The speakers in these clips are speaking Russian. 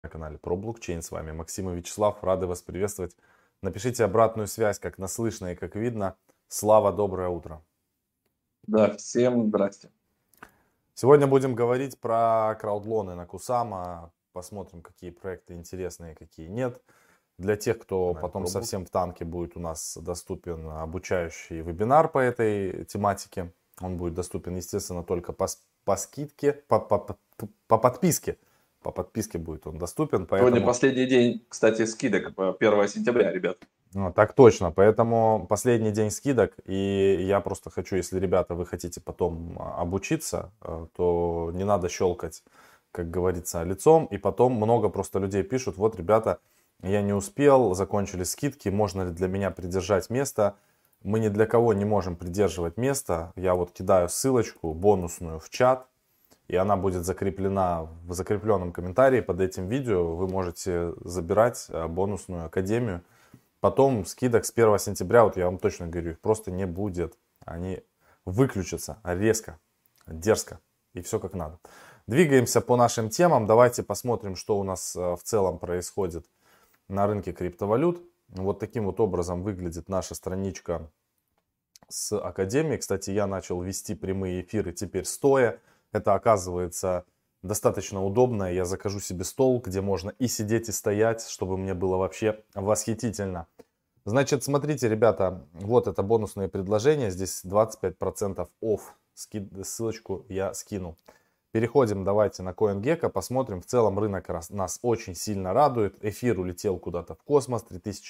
На канале про блокчейн. С вами Максим и Вячеслав. Рады вас приветствовать. Напишите обратную связь, как нас слышно и как видно. Слава, доброе утро. Да, всем здрасте. Сегодня будем говорить про краудлоны на Кусама. Посмотрим, какие проекты интересные, какие нет. Для тех, кто потом совсем в танке, будет у нас доступен обучающий вебинар по этой тематике. Он будет доступен, естественно, только по скидке, по подписке. По подписке будет он доступен. Сегодня Поэтому... последний день, кстати, скидок, 1 сентября, ребят. Так точно, поэтому последний день скидок, и я просто хочу, если, ребята, вы хотите потом обучиться, то не надо щелкать, как говорится, лицом, и потом много просто людей пишут: вот, ребята, я не успел, закончились скидки, можно ли для меня придержать место? Мы ни для кого не можем придерживать место, я вот кидаю ссылочку бонусную в чат, и она будет закреплена в закрепленном комментарии под этим видео, вы можете забирать бонусную академию. Потом скидок с 1 сентября, вот я вам точно говорю, их просто не будет. Они выключатся резко, дерзко и все как надо. Двигаемся по нашим темам. Давайте посмотрим, что у нас в целом происходит на рынке криптовалют. Вот таким вот образом выглядит наша страничка с Академией. Кстати, я начал вести прямые эфиры теперь стоя. Это оказывается достаточно удобно. Я закажу себе стол, где можно и сидеть, и стоять, чтобы мне было вообще восхитительно. Значит, смотрите, ребята, вот это бонусное предложение. Здесь 25% off. Ссылочку я скину. Переходим давайте на CoinGecko, посмотрим. В целом рынок нас очень сильно радует. Эфир улетел куда-то в космос,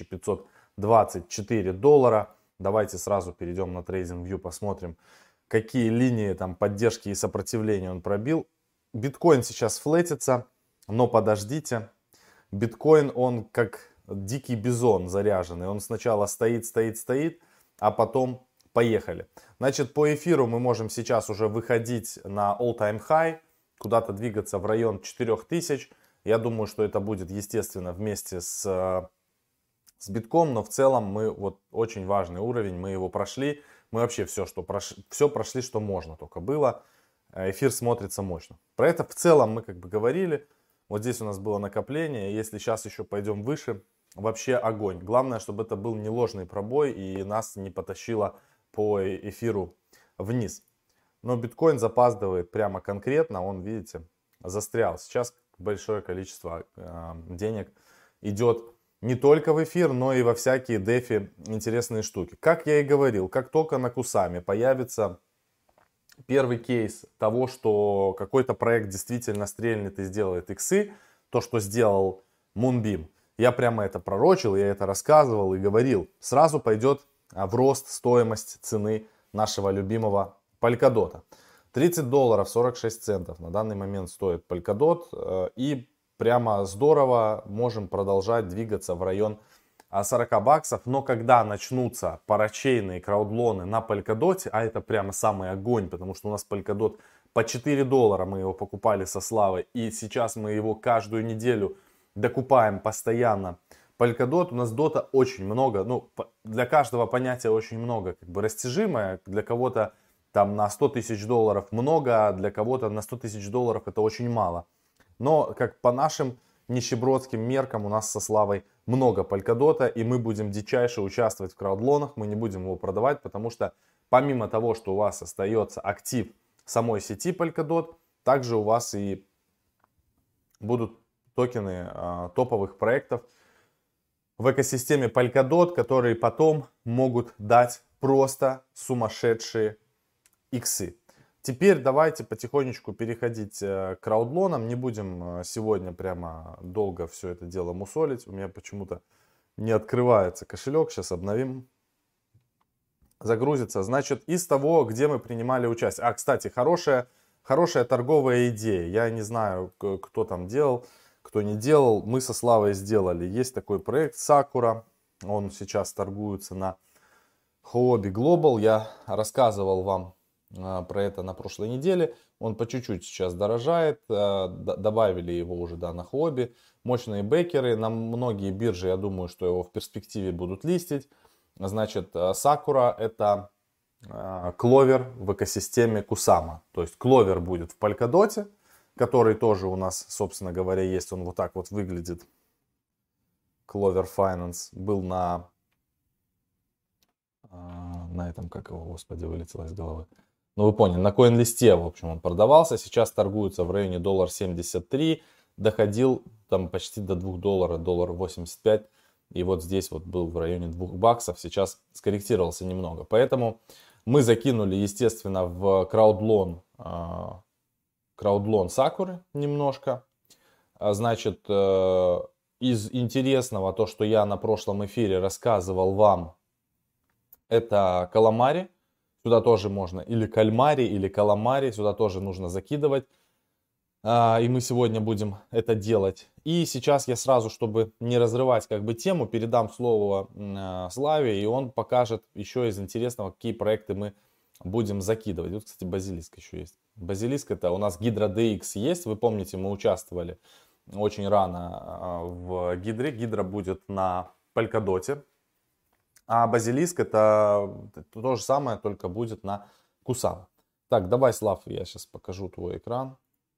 3524 доллара. Давайте сразу перейдем на TradingView, посмотрим, какие линии там поддержки и сопротивления он пробил. Биткоин сейчас флетится, но подождите. Биткоин, он как дикий бизон заряженный. Он сначала стоит, а потом поехали. Значит, по эфиру мы можем сейчас уже выходить на all-time high, куда-то двигаться в район 4000. Я думаю, что это будет, естественно, вместе с битком, но в целом мы вот очень важный уровень, мы его прошли. Мы вообще все прошли, что можно только было. Эфир смотрится мощно. Про это в целом мы как бы говорили. Вот здесь у нас было накопление. Если сейчас еще пойдем выше, вообще огонь. Главное, чтобы это был не ложный пробой и нас не потащило по эфиру вниз. Но биткоин запаздывает прямо конкретно. Он, видите, застрял. Сейчас большое количество денег идет не только в эфир, но и во всякие дефи интересные штуки. Как я и говорил, как только на Кусаме появится первый кейс того, что какой-то проект действительно стрельнет и сделает иксы, то, что сделал Moonbeam, я прямо это пророчил, я это рассказывал и говорил, сразу пойдет в рост стоимость цены нашего любимого Polkadot. 30 долларов 46 центов на данный момент стоит Polkadot, и прямо здорово можем продолжать двигаться в район 40 баксов. Но когда начнутся парачейные краудлоны на Polkadot, а это прямо самый огонь, потому что у нас Polkadot по 4 доллара мы его покупали со Славой, и сейчас мы его каждую неделю докупаем постоянно. Polkadot, у нас дота очень много, ну, для каждого понятия очень много, как бы растяжимое, для кого-то там на 100 тысяч долларов много, а для кого-то на 100 тысяч долларов это очень мало. Но как по нашим нищебродским меркам у нас со Славой много Polkadot, и мы будем дичайше участвовать в краудлонах, мы не будем его продавать, потому что помимо того, что у вас остается актив самой сети Polkadot, также у вас и будут токены топовых проектов в экосистеме Polkadot, которые потом могут дать просто сумасшедшие иксы. Теперь давайте потихонечку переходить к краудлонам. Не будем сегодня прямо долго все это дело мусолить. У меня почему-то не открывается кошелек. Сейчас обновим. Загрузится. Значит, из того, где мы принимали участие. Кстати, хорошая торговая идея. Я не знаю, кто там делал, кто не делал. Мы со Славой сделали. Есть такой проект Sakura. Он сейчас торгуется на Huobi Global. Я рассказывал вам про это на прошлой неделе. Он по чуть-чуть сейчас дорожает. Добавили его уже на Huobi. Мощные бэкеры. На многие биржи, я думаю, что его в перспективе будут листить. Значит, Sakura это Clover в экосистеме Kusama. То есть Clover будет в Polkadot, который тоже у нас, собственно говоря, есть. Он вот так вот выглядит. Clover Finance был на этом, как его, господи, вылетело из головы. Ну, вы поняли, на CoinList'е, в общем, он продавался. Сейчас торгуется в районе $1.73. Доходил там почти до $2, $1.85. И вот здесь вот был в районе $2. Сейчас скорректировался немного. Поэтому мы закинули, естественно, в краудлон Сакуры немножко. Значит, из интересного, то, что я на прошлом эфире рассказывал вам, это каламари. Сюда тоже можно, или кальмари, или каламари, сюда тоже нужно закидывать. И мы сегодня будем это делать. И сейчас я сразу, чтобы не разрывать как бы тему, передам слово Славе, и он покажет еще из интересного, какие проекты мы будем закидывать. Вот, кстати, Базилиск еще есть. Базилиск — это у нас Hydra DX есть. Вы помните, мы участвовали очень рано в Гидре. Гидра будет на Polkadot. А Базилиск — это то же самое, только будет на Kusama. Так, давай, Слав, я сейчас покажу твой экран.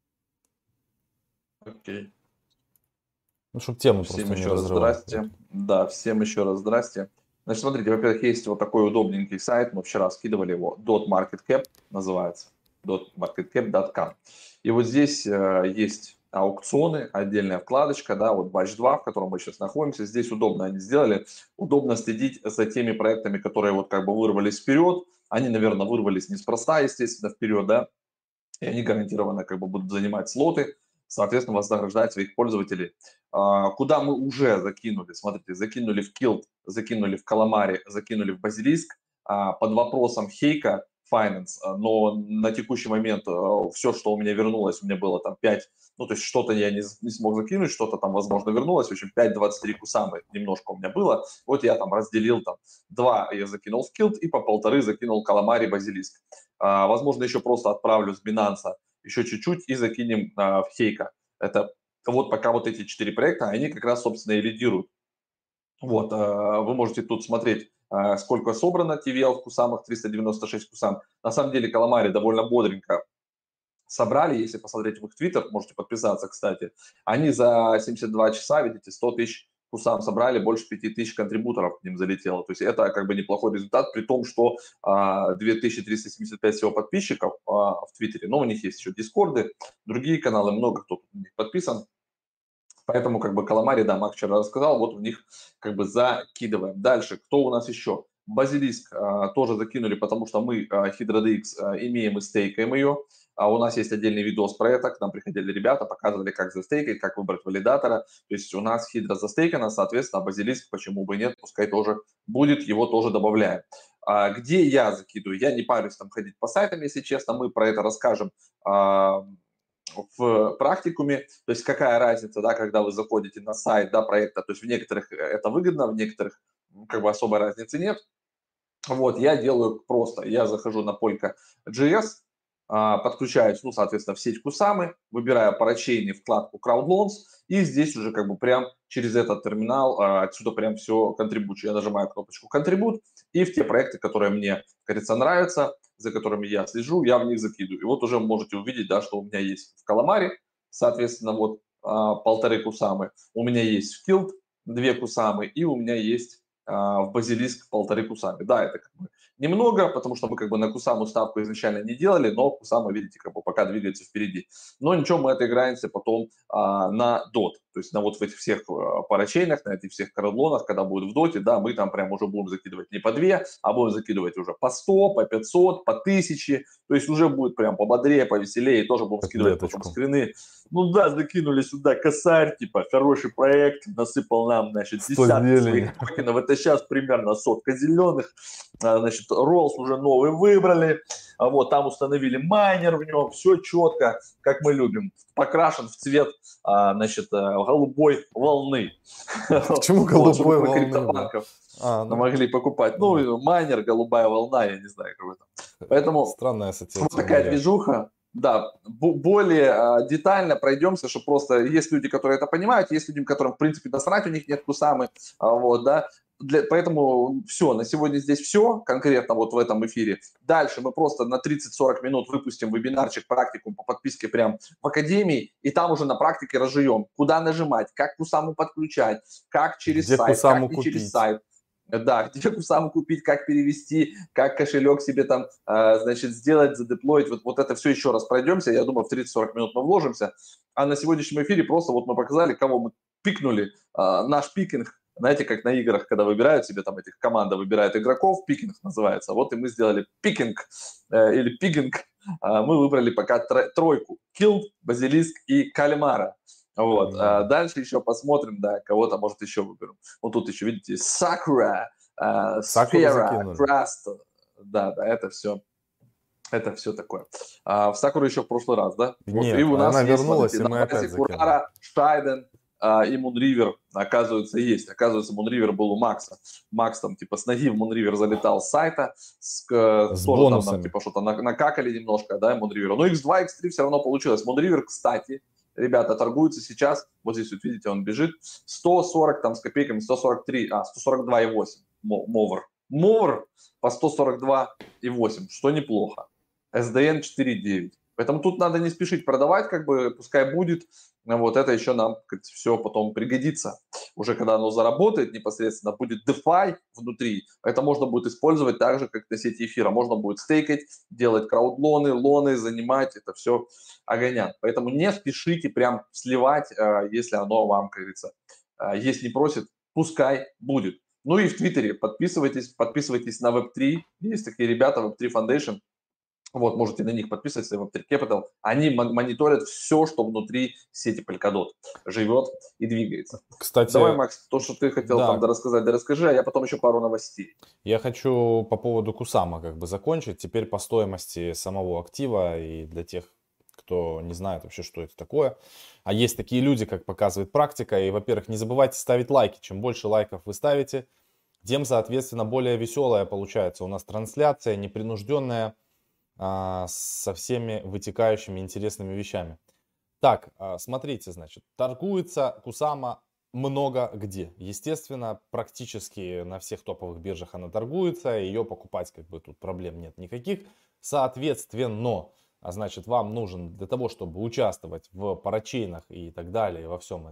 Окей. Ну, чтобы тему Всем просто не еще раз разрывать. здрасте. Да, всем еще раз здрасте. Значит, смотрите, во-первых, есть вот такой удобненький сайт, мы вчера скидывали его, .marketcap называется, .marketcap.com. И вот здесь есть аукционы, отдельная вкладочка, да, вот Batch 2, в котором мы сейчас находимся. Здесь удобно они сделали, удобно следить за теми проектами, которые вот как бы вырвались вперед. Они, наверное, вырвались неспроста, естественно, вперед, да, и они гарантированно как бы будут занимать слоты, соответственно, вознаграждать своих пользователей. Куда мы уже закинули, смотрите, закинули в Kilt, закинули в Calamari, закинули в Базилиск под вопросом Хейка Finance, но на текущий момент все, что у меня вернулось, у меня было там 5, ну то есть что-то я не смог закинуть, что-то там, возможно, вернулось, в общем, 5.23 кусамы немножко у меня было, вот я там разделил, там 2 я закинул в Kilt и по 1.5 закинул Calamari, Базилиск. Возможно, еще просто отправлю с Binance еще чуть-чуть и закинем в Хейка. Это вот пока вот эти 4 проекта, они как раз, собственно, и лидируют. Вот, вы можете тут смотреть, сколько собрано TVL в кусамах, 396 кусам. На самом деле, Calamari довольно бодренько собрали, если посмотреть в их твиттер, можете подписаться, кстати. Они за 72 часа, видите, 100 тысяч кусам собрали, больше 5000 контрибуторов к ним залетело. То есть это как бы неплохой результат, при том, что 2375 всего подписчиков в Твиттере, но у них есть еще дискорды, другие каналы, много кто у них подписан. Поэтому как бы Calamari, да, Мак вчера рассказал, вот у них как бы закидываем. Дальше, кто у нас еще? Базилиск тоже закинули, потому что мы Hydra DX имеем и стейкаем ее. У нас есть отдельный видос про это, к нам приходили ребята, показывали, как застейкать, как выбрать валидатора. То есть у нас Hydra застейкана, соответственно, Базилиск, почему бы нет, пускай тоже будет, его тоже добавляем. Где я закидываю? Я не парюсь там ходить по сайтам, если честно, мы про это расскажем в практикуме, то есть какая разница, да, когда вы заходите на сайт, да, проекта, то есть в некоторых это выгодно, в некоторых как бы особой разницы нет. Вот, я делаю просто, я захожу на Polka.js, подключаюсь, ну, соответственно, в сеть Kusama, выбираю парачейный вкладку CrowdLoans, и здесь уже как бы прям через этот терминал отсюда прям все контрибучу. Я нажимаю кнопочку Contribute, и в те проекты, которые мне, как говорится, нравятся, за которыми я слежу, я в них закидываю. И вот уже можете увидеть, да, что у меня есть в Calamari, соответственно, вот 1.5 кусамы, у меня есть в Kilt 2 кусамы, и у меня есть в Базилиск 1.5 кусамы. Да, это как бы немного, потому что мы как бы на Кусаму ставку изначально не делали, но Кусама, видите, как бы пока двигается впереди. Но ничего, мы отыграемся потом на DOT, то есть на вот в этих всех парачейнах, на этих всех карадлонах, когда будет в доте, да, мы там прям уже будем закидывать не по 2, а будем закидывать уже по 100, по 500, по 1000, то есть уже будет прям пободрее, повеселее, тоже будем скидывать потом скрины. Ну да, закинули сюда косарь, типа, хороший проект, насыпал нам, значит, десятки своих токенов, это сейчас примерно 100 зеленых, значит, Rolls уже новый выбрали, вот, там установили майнер в нем, все четко, как мы любим, покрашен в цвет, значит, голубой волны. Почему голубой волны? Могли покупать. Ну, майнер, голубая волна, я не знаю, как это. Поэтому странная ассоциация. Вот такая движуха. Да, более детально пройдемся, что просто есть люди, которые это понимают, есть люди, которым, в принципе, насрать, у них нет Кусамы, вот, да. Поэтому все, на сегодня здесь все, конкретно вот в этом эфире. Дальше мы просто на 30-40 минут выпустим вебинарчик, практикум по подписке прям в Академии, и там уже на практике разжуем, куда нажимать, как Кусаму подключать, как через Где сайт, Кусаму как не через купить? сайт. Да, где Кусаму купить, как перевести, как кошелек себе там, значит, сделать, задеплоить. Вот это все еще раз пройдемся. Я думаю, в 30-40 минут мы вложимся. А на сегодняшнем эфире просто вот мы показали, кого мы пикнули. Наш пикинг, знаете, как на играх, когда выбирают себе там этих, команда выбирает игроков, пикинг называется. Вот и мы сделали пикинг или пигинг. Мы выбрали пока тройку. Килд, Базилиск и Кальмара. Вот. Дальше еще посмотрим, да, кого-то, может, еще выберем. Вот тут еще, видите, Сакура, Сфера, Краст. Да, это все. Это все такое. В Сакуру еще в прошлый раз, да? Нет, вот, и у нас она есть, вернулась, смотрите, и мы на опять базе закинули. Курара, Шайден и Мунривер, оказывается, есть. Оказывается, Мунривер был у Макса. Макс там типа с ноги в Мунривер залетал с сайта, с тоже бонусами. там типа что-то накакали немножко, да, Мунривера. Но X2, X3 все равно получилось. Мунривер, кстати, ребята, торгуются сейчас, вот здесь вот видите, он бежит, 140 там с копейками, 143, 142,8 Мовр. Мовр по 142,8, что неплохо. SDN 4.9. Поэтому тут надо не спешить продавать, как бы, пускай будет. Вот это еще нам все потом пригодится. Уже когда оно заработает непосредственно, будет DeFi внутри. Это можно будет использовать так же, как на сети эфира. Можно будет стейкать, делать краудлоны, лоны, занимать. Это все огонят. Поэтому не спешите прям сливать, если оно вам, как говорится, если просит, пускай будет. Ну и в Твиттере подписывайтесь на Web3. Есть такие ребята, Web3 Foundation. Вот, можете на них подписываться, Web3 Capital. Они мониторят все, что внутри сети Polkadot живет и двигается. Кстати, давай, Макс, то, что ты хотел да, там рассказать, расскажи, а я потом еще пару новостей. Я хочу по поводу Кусама как бы закончить. Теперь по стоимости самого актива и для тех, кто не знает вообще, что это такое. А есть такие люди, как показывает практика. И, во-первых, не забывайте ставить лайки. Чем больше лайков вы ставите, тем, соответственно, более веселая получается у нас трансляция, непринужденная, со всеми вытекающими интересными вещами. Так, смотрите, значит, торгуется Кусама много где. Естественно, практически на всех топовых биржах она торгуется, ее покупать как бы тут проблем нет никаких. Соответственно, значит, вам нужен для того, чтобы участвовать в парачейнах и так далее, во всем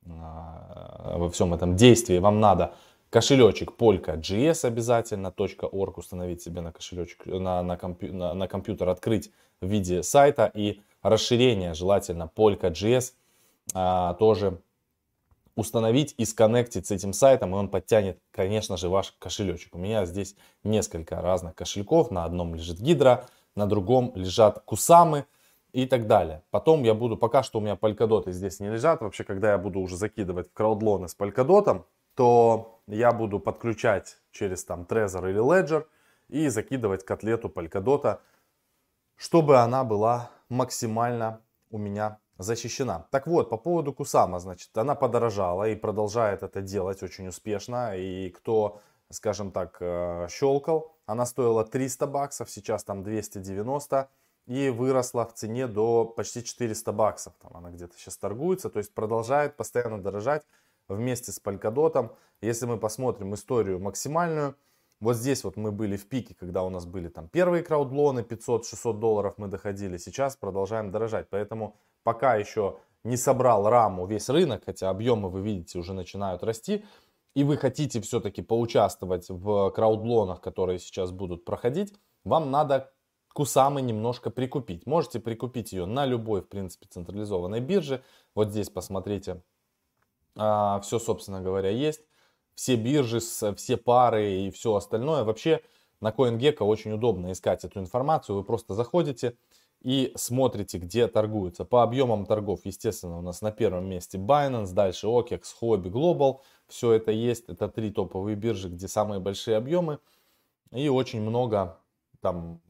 этом действии, вам надо кошелечек Polka.js обязательно, .org установить себе на кошелечек, на компьютер, открыть в виде сайта, и расширение желательно Polka.js тоже установить и сконнектить с этим сайтом, и он подтянет, конечно же, ваш кошелечек. У меня здесь несколько разных кошельков, на одном лежит Гидра, на другом лежат Кусамы и так далее. Потом я буду, пока что у меня Polkadot здесь не лежат, вообще, когда я буду уже закидывать в краудлоны с Polkadot, то я буду подключать через там Trezor или Ledger и закидывать котлету Polkadot, чтобы она была максимально у меня защищена. Так вот, по поводу Кусама, значит, она подорожала и продолжает это делать очень успешно. И кто, скажем так, щелкал, она стоила 300 баксов, сейчас там 290 и выросла в цене до почти 400 баксов. Там она где-то сейчас торгуется, то есть продолжает постоянно дорожать вместе с Polkadot. Если мы посмотрим историю максимальную, вот здесь вот мы были в пике, когда у нас были там первые краудлоны, 500-600 долларов мы доходили. Сейчас продолжаем дорожать. Поэтому пока еще не собрал раму весь рынок, хотя объемы, вы видите, уже начинают расти, и вы хотите все-таки поучаствовать в краудлонах, которые сейчас будут проходить, вам надо Кусамы немножко прикупить. Можете прикупить ее на любой, в принципе, централизованной бирже. Вот здесь посмотрите, все, собственно говоря, есть. Все биржи, все пары и все остальное. Вообще на CoinGecko очень удобно искать эту информацию. Вы просто заходите и смотрите, где торгуются. По объемам торгов, естественно, у нас на первом месте Binance, дальше OKEX, Huobi, Global. Все это есть. Это 3 топовые биржи, где самые большие объемы. И очень много там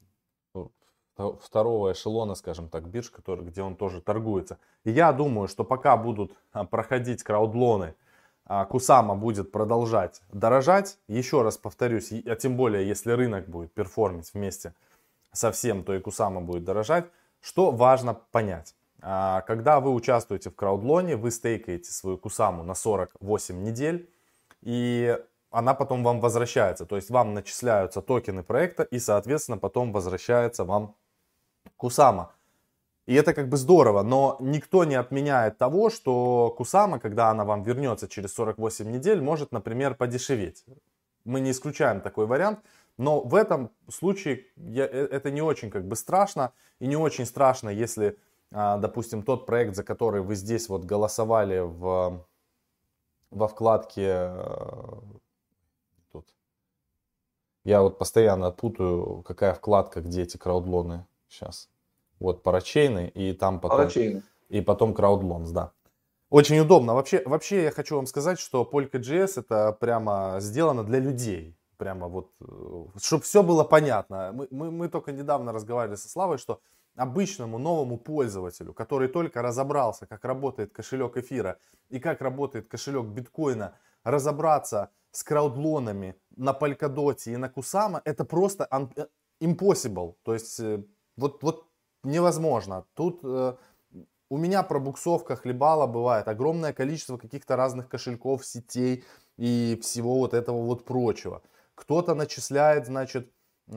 второго эшелона, скажем так, бирж, где он тоже торгуется. И я думаю, что пока будут проходить краудлоны, Кусама будет продолжать дорожать. Еще раз повторюсь, а тем более, если рынок будет перформить вместе со всем, то и Кусама будет дорожать. Что важно понять. Когда вы участвуете в краудлоне, вы стейкаете свою Кусаму на 48 недель. И она потом вам возвращается. То есть вам начисляются токены проекта и, соответственно, потом возвращается вам Кусама. И это как бы здорово, но никто не отменяет того, что Кусама, когда она вам вернется через 48 недель, может, например, подешеветь. Мы не исключаем такой вариант, но в этом случае это не очень как бы страшно. И не очень страшно, если, допустим, тот проект, за который вы здесь вот голосовали во вкладке... Тут. Я вот постоянно путаю, какая вкладка, где эти краудлоны сейчас. Вот парачейны и там потом... Парачейны. И потом краудлонс, да. Очень удобно. Вообще я хочу вам сказать, что Polka.js это прямо сделано для людей. Прямо вот, чтобы все было понятно. Мы только недавно разговаривали со Славой, что обычному новому пользователю, который только разобрался, как работает кошелек эфира и как работает кошелек биткоина, разобраться с краудлонами на Polkadot и на Kusama, это просто impossible. То есть вот невозможно. Тут у меня пробуксовка хлебала бывает огромное количество каких-то разных кошельков, сетей и всего вот этого вот прочего. Кто-то начисляет, значит,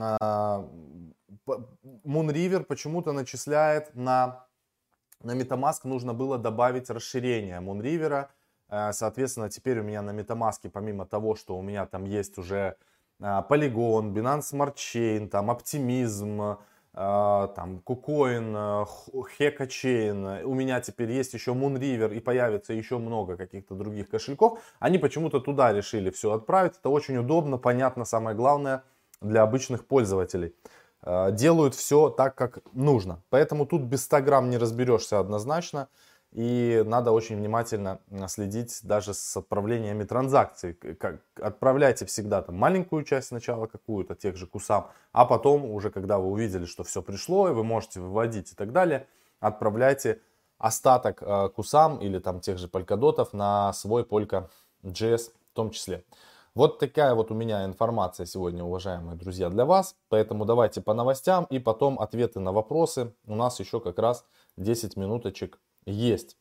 Moonriver почему-то начисляет на MetaMask, нужно было добавить расширение Moonriver. Соответственно, теперь у меня на MetaMask, помимо того, что у меня там есть уже Polygon, Binance Smart Chain, там Optimism, там KuCoin, HekaChain, у меня теперь есть еще Moonriver и появится еще много каких-то других кошельков. Они почему-то туда решили все отправить. Это очень удобно, понятно, самое главное для обычных пользователей. Делают все так, как нужно. Поэтому тут без 100 грамм не разберешься однозначно. И надо очень внимательно следить даже с отправлениями транзакций. Отправляйте всегда там маленькую часть сначала какую-то, тех же кусам, а потом уже когда вы увидели, что все пришло, и вы можете выводить и так далее, отправляйте остаток кусам или там тех же полькадотов на свой Polka.js в том числе. Вот такая вот у меня информация сегодня, уважаемые друзья, для вас. Поэтому давайте по новостям и потом ответы на вопросы. У нас еще как раз 10 минуточек есть.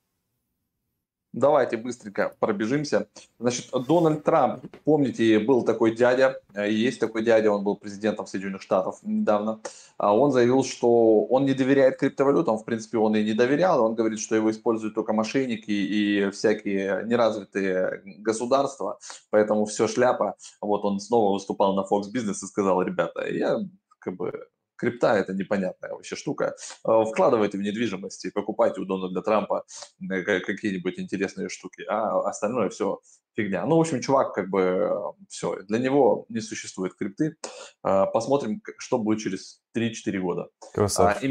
Давайте быстренько пробежимся. Значит, Дональд Трамп, помните, был такой дядя, есть такой дядя, он был президентом Соединенных Штатов недавно. Он заявил, что он не доверяет криптовалютам, в принципе, он и не доверял. Он говорит, что его используют только мошенники и всякие неразвитые государства, поэтому все шляпа. Вот он снова выступал на Fox Business и сказал: ребята, я как бы... Крипта — это непонятная вообще штука. Вкладывайте в недвижимость и покупайте у Дональда Трампа какие-нибудь интересные штуки, а остальное все фигня. Ну, в общем, чувак как бы все, для него не существует крипты. Посмотрим, что будет через 3-4 года. Красавчик.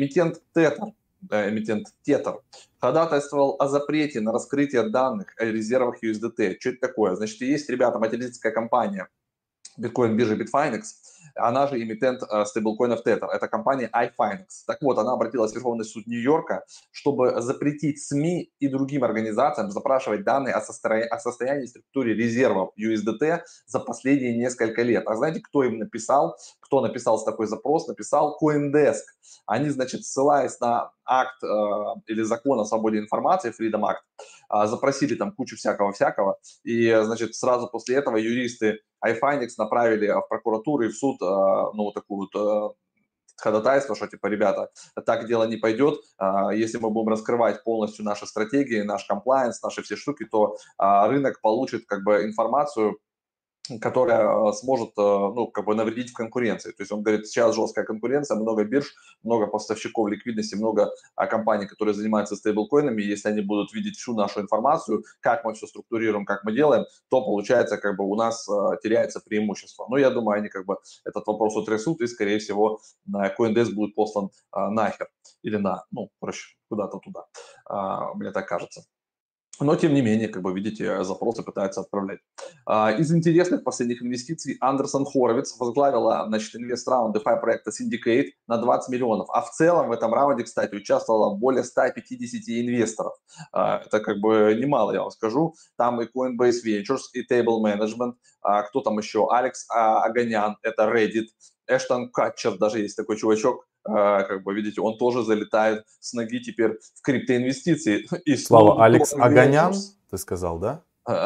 Эмитент Tether ходатайствовал о запрете на раскрытие данных о резервах USDT. Что это такое? Значит, есть, ребята, материнская компания биткоин-биржи Bitfinex, она же эмитент стейблкоинов Tether. Это компания iFinex. Так вот, она обратилась в Верховный суд Нью-Йорка, чтобы запретить СМИ и другим организациям запрашивать данные о состоянии и структуре резервов USDT за последние несколько лет. А знаете, кто им написал? Кто написал такой запрос? Написал CoinDesk. Они, значит, ссылаясь на акт или закон о свободе информации, Freedom Act, запросили там кучу всякого-всякого. И, значит, сразу после этого юристы iFinex направили в прокуратуру и в суд, ну, вот такую вот ходатайство, что типа, ребята, так дело не пойдет. Если мы будем раскрывать полностью наши стратегии, наш комплайенс, наши все штуки, то рынок получит как бы информацию, которая сможет, ну, как бы навредить в конкуренции. То есть он говорит, сейчас жесткая конкуренция, много бирж, много поставщиков ликвидности, много компаний, которые занимаются стейблкоинами. Если они будут видеть всю нашу информацию, как мы все структурируем, как мы делаем, то получается, как бы у нас теряется преимущество. Но я думаю, они как бы этот вопрос утрясут, и, скорее всего, CoinDesk будет послан нахер. Или ну, проще, куда-то туда. Мне так кажется. Но, тем не менее, как бы видите, запросы пытаются отправлять. Из интересных последних инвестиций Андерсон Хоровиц возглавила, значит, инвест-раунд DeFi проекта Syndicate на 20 миллионов. А в целом в этом раунде, кстати, участвовало более 150 инвесторов. Это как бы немало, я вам скажу. Там и Coinbase Ventures, и Table Management. Кто там еще? Алекс Аганян, это Reddit. Эштон Катчер, даже есть такой чувачок, как бы видите, он тоже залетает с ноги теперь в криптоинвестиции. И Слава, Алекс Аганян, ты сказал, да?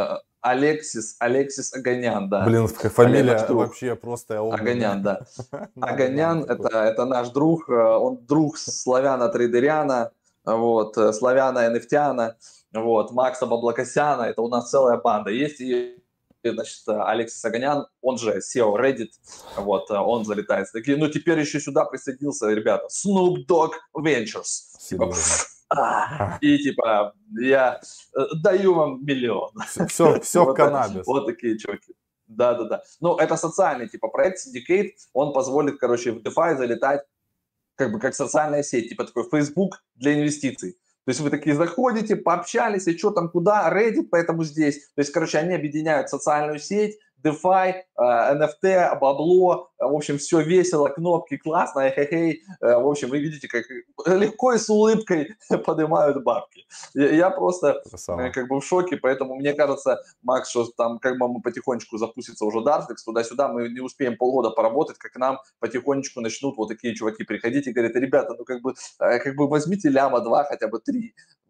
Алексис Аганян, да. Блин, Олег, наш фамилия друг. вообще просто огненная. Аганян, да. Надо нам Аганян такой. это наш друг, он друг Славяна Трейдеряна, вот, Славяна Нефтяна, вот, Макса Баблокосяна, это у нас целая банда. Есть и, значит, Алексис Аганян, он же SEO Reddit, вот, он залетает. Такие, ну, теперь еще сюда присоединился, ребята, Snoop Dogg Ventures. Типа, Серьезно. и типа, я даю вам миллион. Все в каннабис. Вот такие чуваки. Да. Ну, это социальный типа проект Syndicate, он позволит, короче, в DeFi залетать как бы как социальная сеть, типа такой Facebook для инвестиций. То есть вы такие заходите, пообщались, и что там, куда, Reddit, поэтому здесь. То есть, короче, они объединяют социальную сеть, DeFi, NFT, бабло, в общем, все весело, кнопки, классно, хе-хей. В общем, вы видите, как легко и с улыбкой поднимают бабки. Я просто Красава. как бы в шоке, поэтому мне кажется, Макс, что там как бы мы потихонечку запустится уже Darflex, туда-сюда, мы не успеем полгода поработать, как к нам потихонечку начнут вот такие чуваки приходить и говорят, ребята, ну как бы возьмите ляма 2, хотя бы 3,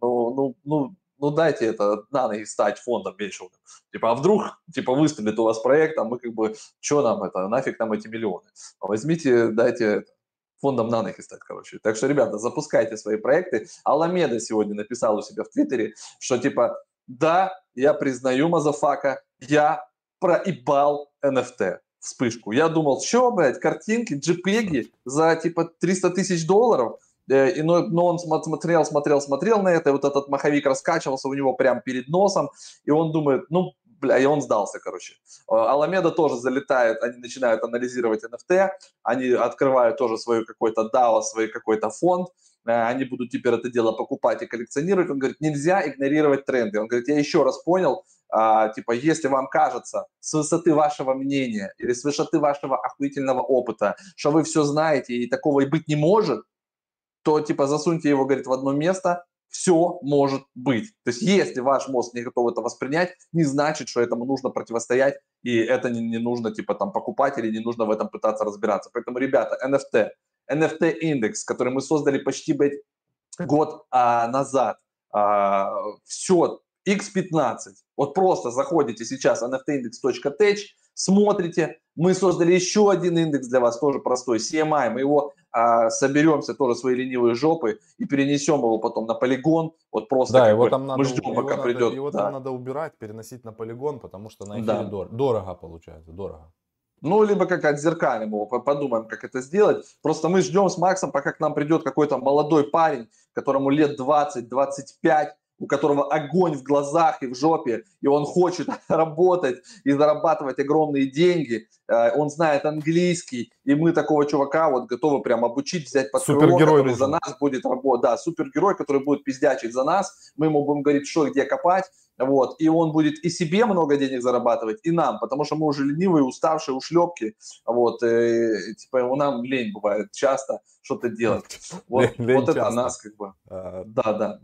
ну дайте это на ноги стать фондом меньшего. Типа, а вдруг, типа, выстрелит у вас проект, а мы как бы, что нам это, нафиг нам эти миллионы? Возьмите, дайте фондом на ноги стать, короче. Так что, ребята, запускайте свои проекты. Аламеда сегодня написал у себя в Твиттере, что типа, да, я признаю, мазафака, я проебал NFT. Вспышку. Я думал, что, блядь, картинки, JPEG за типа 300 тысяч долларов. Но он смотрел на это, и вот этот маховик раскачивался у него прямо перед носом, и он думает, ну, бля, и он сдался, короче. Аламеда тоже залетает, они начинают анализировать NFT, они открывают тоже свой какой-то DAO, свой какой-то фонд, они будут теперь это дело покупать и коллекционировать. Он говорит, нельзя игнорировать тренды. Он говорит, я еще раз понял, типа, если вам кажется с высоты вашего мнения или с высоты вашего охуительного опыта, что вы все знаете и такого и быть не может, то типа засуньте его, говорит, в одно место, все может быть. То есть если ваш мозг не готов это воспринять, не значит, что этому нужно противостоять, и это не нужно типа там покупать или не нужно в этом пытаться разбираться. Поэтому, ребята, NFT индекс, который мы создали почти год назад, все, X15, вот просто заходите сейчас nftindex.tech, смотрите, мы создали еще один индекс для вас, тоже простой, CMI, мы его соберемся тоже свои ленивые жопы и перенесем его потом на полигон, вот просто Да, как его бы там мы надо, ждем, пока придет, его там да, надо убирать, переносить на полигон, потому что на эфире да. дорого получается, дорого. Ну, либо как отзеркалим его, подумаем, как это сделать. Просто мы ждем с Максом, пока к нам придет какой-то молодой парень, которому лет 20-25, у которого огонь в глазах и в жопе, и он хочет работать и зарабатывать огромные деньги. Он знает английский, и мы такого чувака вот готовы прям обучить, взять под крыло, Супергерой который за нужен. нас будет работать. Да, супергерой, который будет пиздячить за нас. Мы ему будем говорить, что и где копать. Вот, и он будет и себе много денег зарабатывать, и нам, потому что мы уже ленивые, уставшие, ушлепки, вот, и, типа, у нам лень бывает часто что-то делать. Вот это часто. нас как бы, да.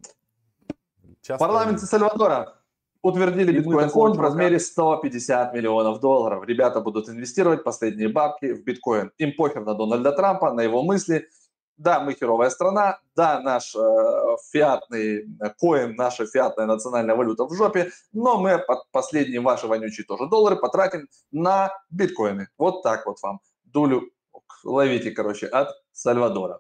В Часто парламенте Сальвадора утвердили биткоин-фонд в размере 150 миллионов долларов. Ребята будут инвестировать последние бабки в биткоин. Им похер на Дональда Трампа, на его мысли. Да, мы херовая страна, да, наш фиатный коин, наша фиатная национальная валюта в жопе, но мы последние ваши вонючие тоже доллары потратим на биткоины. Вот так вот вам. Дулю ловите, короче, от Сальвадора.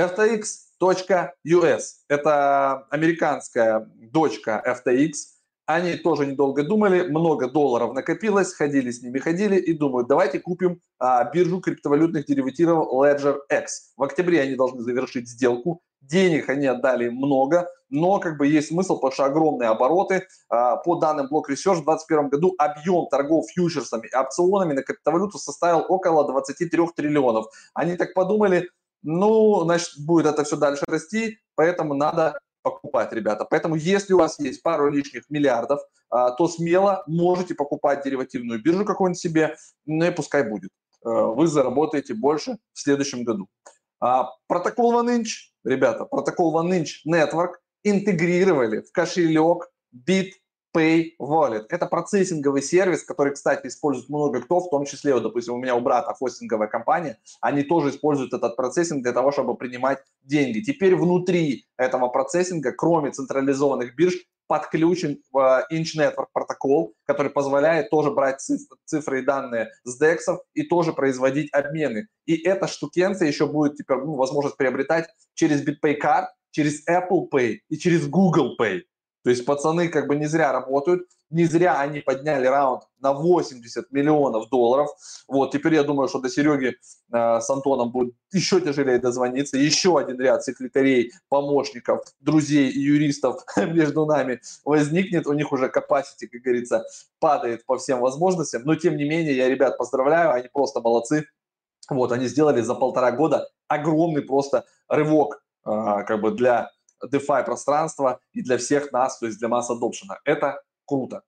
FTX.US. Это американская дочка FTX. Они тоже недолго думали, много долларов накопилось, ходили с ними, и думают, давайте купим биржу криптовалютных деривативов Ledger X. В октябре они должны завершить сделку, денег они отдали много, но как бы есть смысл, потому что огромные обороты. По данным Block Research, в 2021 году объем торгов фьючерсами и опционами на криптовалюту составил около 23 триллионов. Они так подумали, ну, значит, будет это все дальше расти, поэтому надо покупать, ребята. Поэтому, если у вас есть пару лишних миллиардов, то смело можете покупать деривативную биржу какую-нибудь себе, ну и пускай будет. Вы заработаете больше в следующем году. Протокол OneInch, ребята, протокол OneInch Network интегрировали в кошелек BitPay Wallet. Это процессинговый сервис, который, кстати, использует много кто, в том числе, вот, допустим, у меня у брата хостинговая компания, они тоже используют этот процессинг для того, чтобы принимать деньги. Теперь внутри этого процессинга, кроме централизованных бирж, подключен в Inch Network протокол, который позволяет тоже брать цифры и данные с DEX и тоже производить обмены. И эта штукенция еще будет теперь возможность приобретать через BitPay Card, через Apple Pay и через Google Pay. То есть пацаны как бы не зря работают, не зря они подняли раунд на 80 миллионов долларов. Вот, теперь я думаю, что до Сереги с Антоном будет еще тяжелее дозвониться. Еще один ряд секретарей, помощников, друзей и юристов между нами возникнет. У них уже capacity, как говорится, падает по всем возможностям. Но тем не менее, я ребят поздравляю, они просто молодцы. Вот, они сделали за 1,5 года огромный просто рывок как бы для DeFi пространства и для всех нас, то есть для масс adoption. Это круто.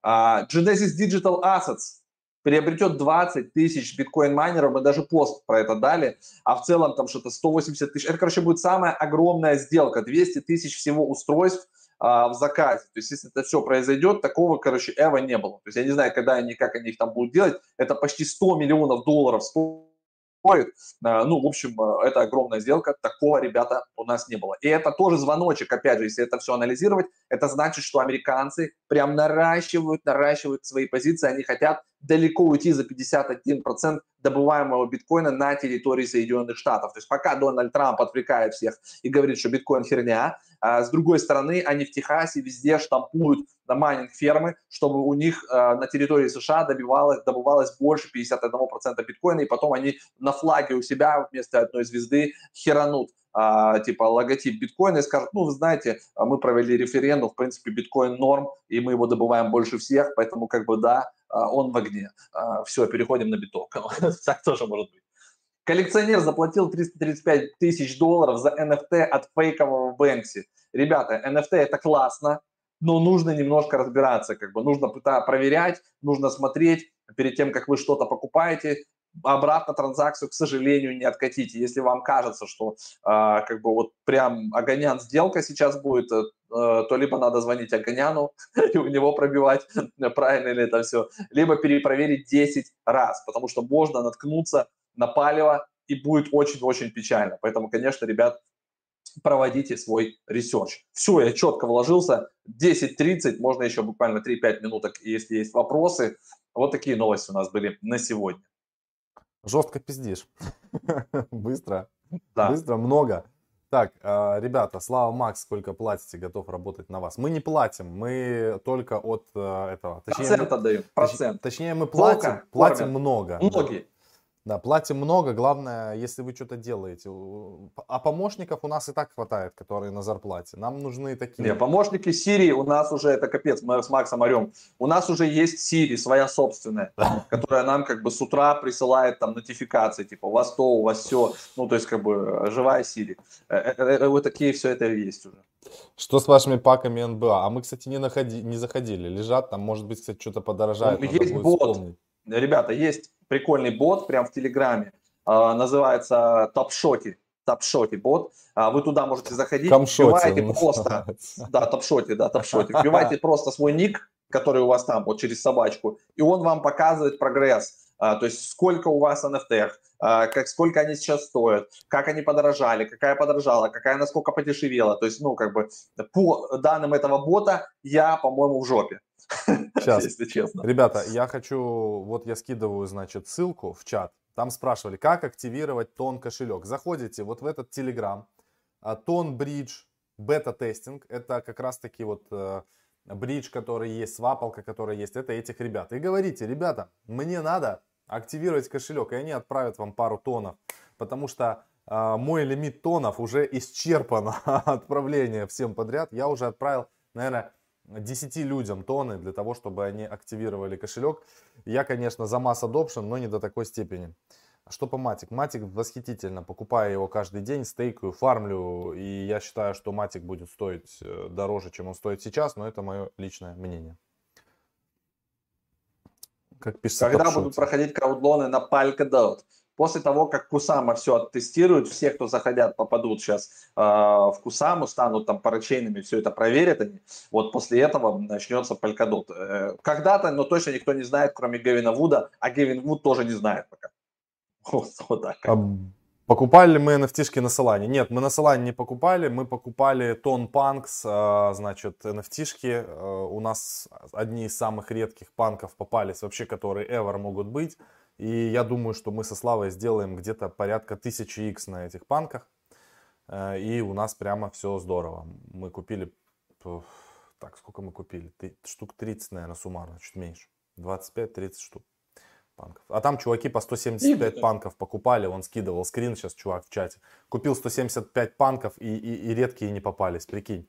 Genesis Digital Assets приобретет 20 тысяч биткоин-майнеров, мы даже пост про это дали, а в целом там что-то 180 тысяч. Это, короче, будет самая огромная сделка, 200 тысяч всего устройств в заказе. То есть, если это все произойдет, такого, короче, эва не было. То есть, я не знаю, когда они, как они их там будут делать, это почти 100 миллионов долларов стоит. Ну, в общем, это огромная сделка, такого, ребята, у нас не было. И это тоже звоночек, опять же, если это все анализировать, это значит, что американцы прям наращивают свои позиции, они хотят далеко уйти за 51% добываемого биткоина на территории Соединенных Штатов. То есть пока Дональд Трамп отвлекает всех и говорит, что биткоин херня, с другой стороны, они в Техасе везде штампуют на майнинг-фермы, чтобы у них на территории США добывалось больше 51% биткоина, и потом они на флаге у себя вместо одной звезды херанут типа логотип биткоина и скажут, ну, вы знаете, мы провели референдум, в принципе, биткоин норм, и мы его добываем больше всех, поэтому как бы да, он в огне. Все, переходим на биток. Так тоже может быть. Коллекционер заплатил 335 тысяч долларов за NFT от фейкового Бэнкси. Ребята, NFT это классно, но нужно немножко разбираться, как бы нужно проверять, нужно смотреть перед тем, как вы что-то покупаете. Обратно транзакцию, к сожалению, не откатите. Если вам кажется, что как бы вот прям Оганян сделка сейчас будет, то либо надо звонить Оганяну и у него пробивать, правильно ли это все, либо перепроверить 10 раз, потому что можно наткнуться на палево и будет очень-очень печально. Поэтому, конечно, ребят, проводите свой ресерч. Все, я четко вложился. 10:30, можно еще буквально 3-5 минуток, если есть вопросы. Вот такие новости у нас были на сегодня. Жестко пиздишь. Быстро. Да. Быстро, много. Так, ребята, Слава Макс, сколько платите, готов работать на вас. Мы не платим, мы только от этого. Процент отдаем, процент. Точнее, мы платим много. Многие. Да, платим много, главное, если вы что-то делаете. А помощников у нас и так хватает, которые на зарплате. Нам нужны такие. Не, помощники Siri у нас уже, это капец, мы с Максом орем. У нас уже есть Siri, своя собственная, которая нам как бы с утра присылает там нотификации, типа у вас то, у вас все. Ну, то есть как бы живая Siri. Вот такие все это есть уже. Что с вашими паками НБА? А мы, кстати, не заходили. Лежат там, может быть, кстати, что-то подорожает. Есть бот. Вспомнить. Ребята, есть прикольный бот прям в Телеграме, называется Топшоти бот. Вы туда можете заходить, вбиваете просто, да, Топшоти, вбиваете просто свой ник, который у вас там, вот через собачку, и он вам показывает прогресс. То есть сколько у вас NFT, сколько они сейчас стоят, как они подорожали, какая подорожала, какая насколько подешевела. То есть, ну, как бы по данным этого бота я, по-моему, в жопе. Сейчас, если честно. Ребята, я хочу, вот я скидываю, значит, ссылку в чат. Там спрашивали, как активировать Тон кошелек. Заходите вот в этот Telegram, Тон Бридж, бета-тестинг. Это как раз-таки вот бридж, который есть, свапалка, которая есть. Это этих ребят. И говорите, ребята, мне надо активировать кошелек, и они отправят вам пару тонов. Потому что мой лимит тонов уже исчерпан. Отправление всем подряд. Я уже отправил, наверное, 10 людям тоны для того, чтобы они активировали кошелек. Я, конечно, за масс adoption, но не до такой степени. Что по Matic? Matic восхитительно. Покупаю его каждый день, стейкаю, фармлю. И я считаю, что Matic будет стоить дороже, чем он стоит сейчас. Но это мое личное мнение. Как пишется, когда будут проходить краудлоны на Polkadot? После того, как Кусама все оттестирует, все, кто захотят, попадут сейчас в Кусаму, станут там парачейнами, все это проверят они. Вот после этого начнется Polkadot. Когда-то, но точно никто не знает, кроме Гевина Вуда, а Гевин Вуд тоже не знает пока. Вот так. Покупали ли мы NFT-шки на Solana? Нет, мы на Solana не покупали, мы покупали Ton Punks, значит, NFT-шки. У нас одни из самых редких панков попались вообще, которые ever могут быть. И я думаю, что мы со Славой сделаем где-то порядка 1000x на этих панках. И у нас прямо все здорово. Мы купили, так, сколько мы купили? Штук 30, наверное, суммарно, чуть меньше. 25-30 штук панков. А там чуваки по 175 панков покупали, он скидывал скрин, сейчас чувак в чате. Купил 175 панков и редкие не попались, прикинь.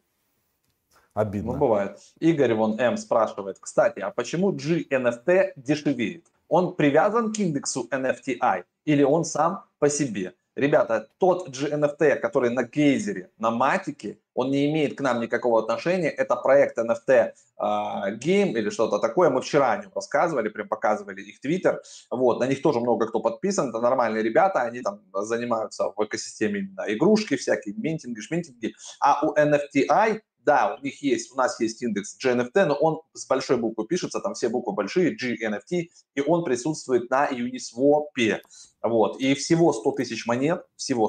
Обидно. Ну, бывает. Игорь вон М спрашивает, кстати, а почему GNFT дешевеет? Он привязан к индексу NFTI или он сам по себе? Ребята, тот GNFT, который на Гейзере, на Матике, он не имеет к нам никакого отношения. Это проект NFT Game или что-то такое. Мы вчера о нем рассказывали, прям показывали их твиттер. Вот, на них тоже много кто подписан. Это нормальные ребята, они там занимаются в экосистеме именно игрушки всякие, минтинги, шминтинги. А у NFTI, да, у нас есть индекс GNFT, но он с большой буквы пишется, там все буквы большие, GNFT, и он присутствует на Uniswap. Вот, и всего 100 тысяч монет,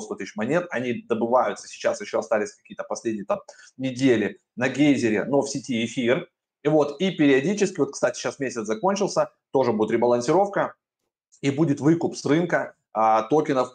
они добываются сейчас, еще остались какие-то последние там недели на гейзере, но в сети эфир. И вот, и периодически, вот, кстати, сейчас месяц закончился, тоже будет ребалансировка, и будет выкуп с рынка токенов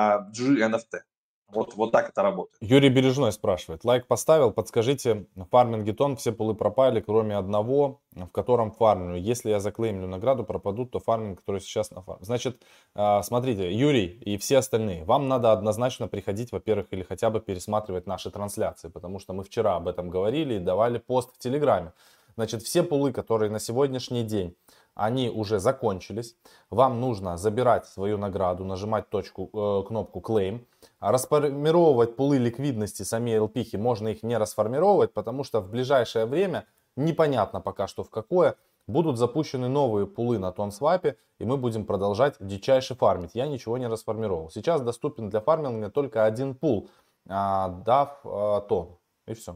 GNFT. Вот так это работает. Юрий Бережной спрашивает. Лайк поставил, подскажите, в фарминге тон все пулы пропали, кроме одного, в котором фармлю. Если я заклеймлю награду, пропадут, то фарминг, который сейчас на фарм. Значит, смотрите, Юрий и все остальные, вам надо однозначно приходить, во-первых, или хотя бы пересматривать наши трансляции, потому что мы вчера об этом говорили и давали пост в Телеграме. Значит, все пулы, которые на сегодняшний день, они уже закончились. Вам нужно забирать свою награду, нажимать кнопку Claim. Расформировать пулы ликвидности самей LP можно их не расформировать, потому что в ближайшее время, непонятно пока что в какое, будут запущены новые пулы на TonSwap, и мы будем продолжать дичайше фармить. Я ничего не расформировал. Сейчас доступен для фарминга только один пул, DAF TON, и все.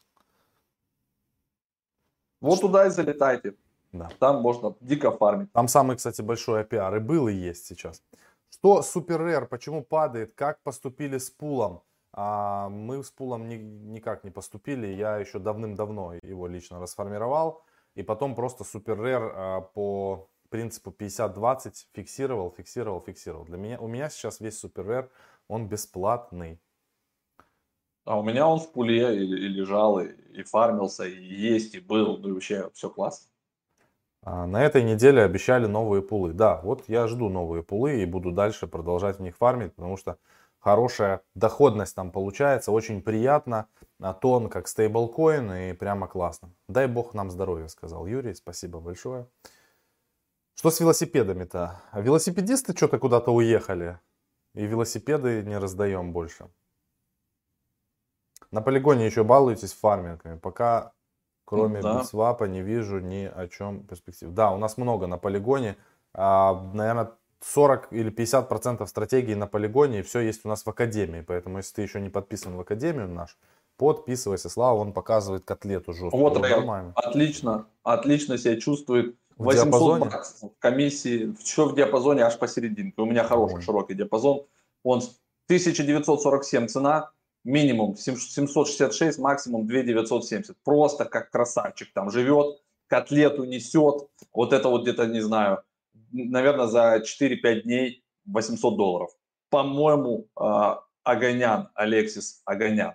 Вот туда и залетайте. Да. Там можно дико фармить. Там самый, кстати, большой APR и был, и есть сейчас. Что Super Rare, почему падает, как поступили с пулом? Мы с пулом никак не поступили, я еще давным-давно его лично расформировал. И потом просто Super Rare по принципу 50-20 фиксировал. У меня сейчас весь Super Rare, он бесплатный. А у меня он в пуле и лежал, и фармился, и есть, и был, ну и вообще все классно. На этой неделе обещали новые пулы. Да, вот я жду новые пулы и буду дальше продолжать в них фармить, потому что хорошая доходность там получается, очень приятно. Тон как стейблкоин и прямо классно. Дай бог нам здоровья, сказал Юрий, спасибо большое. Что с велосипедами-то? Велосипедисты что-то куда-то уехали, и велосипеды не раздаем больше. На полигоне еще балуетесь фармингами, пока... Кроме битсвапа не вижу ни о чем перспектив. Да, у нас много на полигоне. Наверное, 40 или 50% стратегий на полигоне. И все есть у нас в академии. Поэтому, если ты еще не подписан в академию наш, подписывайся. Слава, он показывает котлету жесткую. Вот, нормально. Отлично себя чувствует. 800 баксов комиссии. Все в диапазоне аж посерединке. У меня хороший широкий диапазон. Он 1947 цена. Минимум 766, максимум 2970. Просто как красавчик там живет, котлету несет. Вот это вот где-то, не знаю, наверное, за 4-5 дней $800. По-моему, Оганян, Алексис Оганян.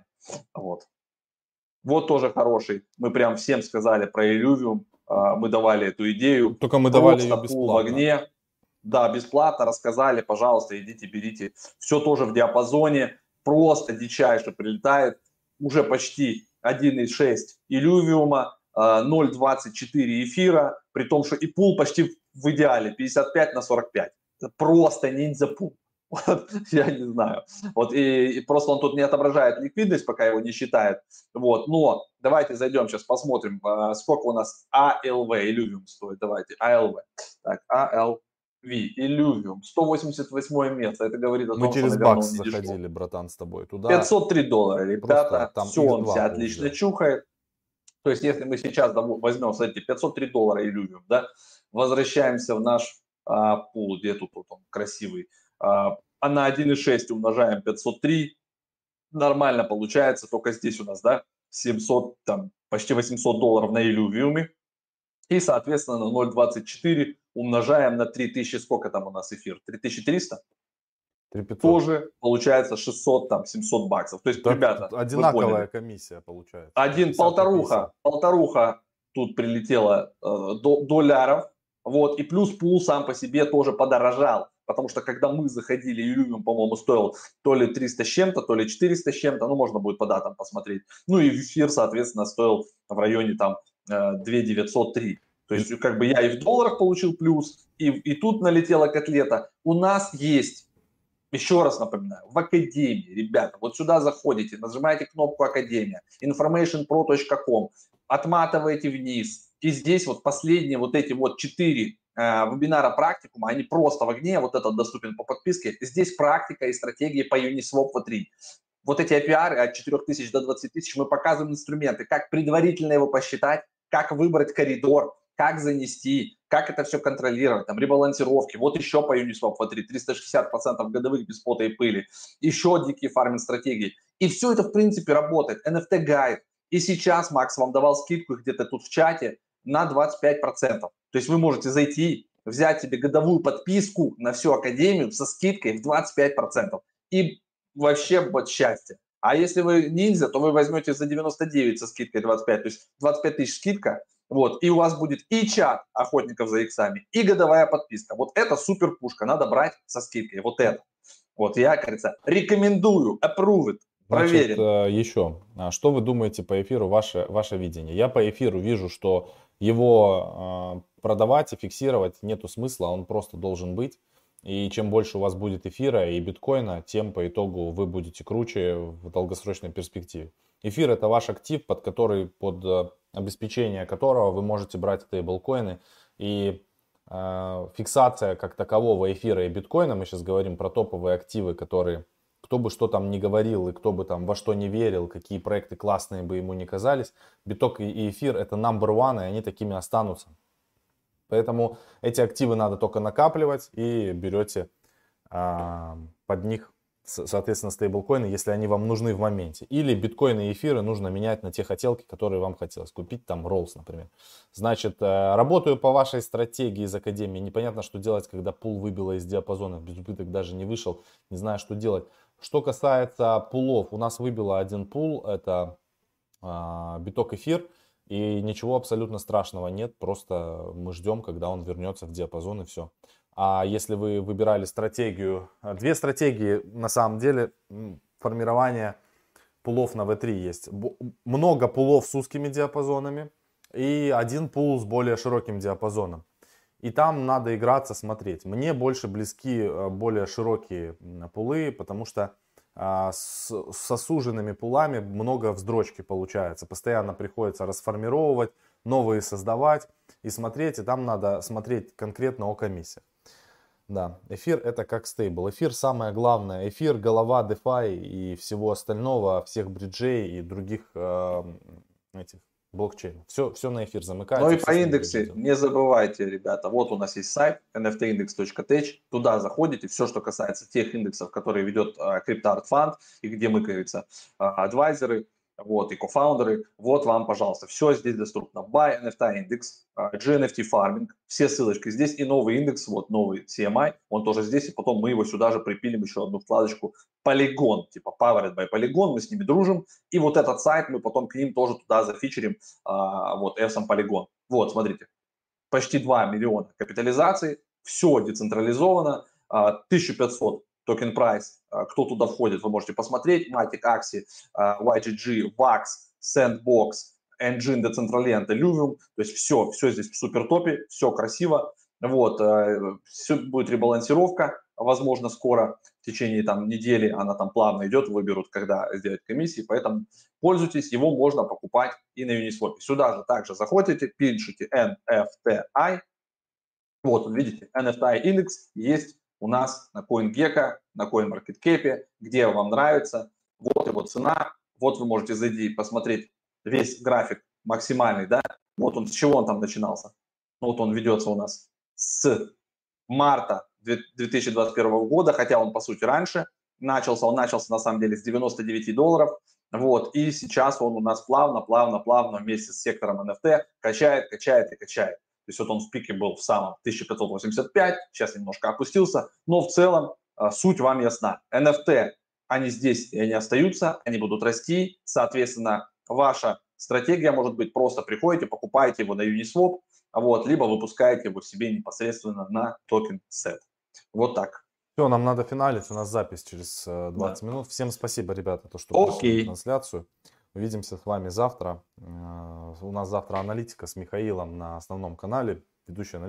Вот тоже хороший. Мы прям всем сказали про Illuvium. Мы давали эту идею. Только мы давали ее бесплатно. Пул в огне. Да, бесплатно рассказали. Пожалуйста, идите, берите. Все тоже в диапазоне. Просто дичайше прилетает, уже почти 1.6 Илювиума, 0.24 эфира, при том, что и пул почти в идеале 55 на 45. Это просто ниндзя пул. Вот, я не знаю. Вот, и просто он тут не отображает ликвидность, пока его не считает. Вот, но давайте зайдем сейчас, посмотрим, сколько у нас ALV, Illuvium стоит. Давайте, ALV. Так, ALV. Illuvium, 188 место, это говорит о том, мы через что, наверное, бакс он не заходили, дешевый. братан, с тобой туда. $503, ребята, там все он себя отлично чухает. То есть, если мы сейчас возьмем, смотрите, $503 Illuvium, да, возвращаемся в наш пул, где тут он красивый, а на 1,6 умножаем 503, нормально получается, только здесь у нас, да, 700, там, почти $800 на Illuvium. И, соответственно, на 0,24 умножаем на 3000, сколько там у нас эфир? 3300? 3500. Тоже получается 600, там, 700 баксов. То есть, Так ребята, вы одинаковая поняли. комиссия получается. Один 50 на 50. полторуха тут прилетело долларов. Вот, и плюс пул сам по себе тоже подорожал. Потому что когда мы заходили, Illuvium, по-моему, стоил то ли 300 с чем-то, то ли 400 с чем-то. Ну, можно будет по датам посмотреть. Ну, и эфир, соответственно, стоил в районе там 2903. То есть, как бы я и в долларах получил плюс, и тут налетела котлета. У нас есть, еще раз напоминаю, в Академии, ребята, вот сюда заходите, нажимаете кнопку Академия, informationpro.com, отматываете вниз, и здесь вот последние вот эти вот 4 вебинара практикума, они просто в огне, вот этот доступен по подписке, здесь практика и стратегии по Uniswap V3. Вот эти APR от 4000 до 20 тысяч мы показываем инструменты, как предварительно его посчитать, как выбрать коридор, как занести, как это все контролировать, там, ребалансировки. Вот еще по Uniswap V3 360% годовых без пота и пыли. Еще дикие фарминг-стратегии. И все это, в принципе, работает. NFT-гайд. И сейчас Макс вам давал скидку где-то тут в чате на 25%. То есть вы можете зайти, взять себе годовую подписку на всю Академию со скидкой в 25%. И вообще вот счастье. А если вы ниндзя, то вы возьмете за 99 со скидкой 25, то есть 25 тысяч скидка, вот, и у вас будет и чат охотников за иксами, и годовая подписка. Вот это супер пушка, надо брать со скидкой, вот это. Вот я, кажется, рекомендую, approve it, Значит, проверен. еще, что вы думаете по эфиру, ваше видение? Я по эфиру вижу, что его продавать и фиксировать нету смысла, он просто должен быть. И чем больше у вас будет эфира и биткоина, тем по итогу вы будете круче в долгосрочной перспективе. Эфир — это ваш актив, под обеспечение которого вы можете брать стейблкоины. И фиксация как такового эфира и биткоина, мы сейчас говорим про топовые активы, которые, кто бы что там ни говорил и кто бы там во что не верил, какие проекты классные бы ему не казались, биток и эфир — это number one, и они такими останутся. Поэтому эти активы надо только накапливать и берете под них, соответственно, стейблкоины, если они вам нужны в моменте. Или биткоины и эфиры нужно менять на те хотелки, которые вам хотелось купить, там Rolls, например. Значит, работаю по вашей стратегии из Академии. Непонятно, что делать, когда пул выбило из диапазона, без убыток даже не вышел, не знаю, что делать. Что касается пулов, у нас выбило один пул, это биток эфир. И ничего абсолютно страшного нет, просто мы ждем, когда он вернется в диапазон, и все. А если вы выбирали стратегию, две стратегии на самом деле формирования пулов на V3 есть. Много пулов с узкими диапазонами и один пул с более широким диапазоном. И там надо играться, смотреть. Мне больше близки более широкие пулы, потому что с суженными пулами много вздрочки получается. Постоянно приходится расформировать, новые создавать и смотреть. И там надо смотреть конкретно о комиссиях. Да, эфир это как стейбл. Эфир самое главное. Эфир, голова DeFi и всего остального, всех бриджей и других этих блокчейнов. Все на эфир замыкается. Ну и по индексе не забывайте, ребята, вот у нас есть сайт nftindex.tech, туда заходите, все, что касается тех индексов, которые ведет CryptoArt Fund, и где мы, как говорится, адвайзеры, вот, и кофаундеры, вот вам, пожалуйста, все здесь доступно. Buy NFT Index, GNFT Farming, все ссылочки здесь, и новый индекс, вот новый CMI, он тоже здесь, и потом мы его сюда же припилим еще одну вкладочку Polygon, типа Powered by Polygon, мы с ними дружим, и вот этот сайт мы потом к ним тоже туда зафичерим, вот, Epson Polygon. Вот, смотрите, почти 2 миллиона капитализации, все децентрализовано, 1500 токен прайс, кто туда входит, вы можете посмотреть, Matic, Axie, YGG, VAX, Sandbox, Engine, Decentraland, Illuvium, то есть все здесь в супер топе, все красиво, вот, все будет ребалансировка, возможно, скоро, в течение там недели она там плавно идет, выберут, когда сделать комиссии, поэтому пользуйтесь, его можно покупать и на Uniswap. Сюда же также заходите, пишите NFTI, вот, видите, NFTI индекс есть у нас на CoinGecko, на CoinMarketCap, где вам нравится, вот его цена, вот вы можете зайти и посмотреть весь график максимальный, да, вот он, с чего он там начинался, вот он ведется у нас с марта 2021 года, хотя он, по сути, раньше начался. Он начался, на самом деле, с $99. Вот, и сейчас он у нас плавно вместе с сектором NFT качает. То есть вот он в пике был в самом 1585, сейчас немножко опустился, но в целом суть вам ясна. NFT, они здесь и они остаются, они будут расти, соответственно, ваша стратегия может быть просто приходите, покупаете его на Uniswap, вот, либо выпускаете его себе непосредственно на токен SET. Вот так. Все, нам надо финалить, у нас запись через 20 минут. Всем спасибо, ребята, то, что пришли на трансляцию. Увидимся с вами завтра. У нас завтра аналитика с Михаилом на основном канале. Ведущий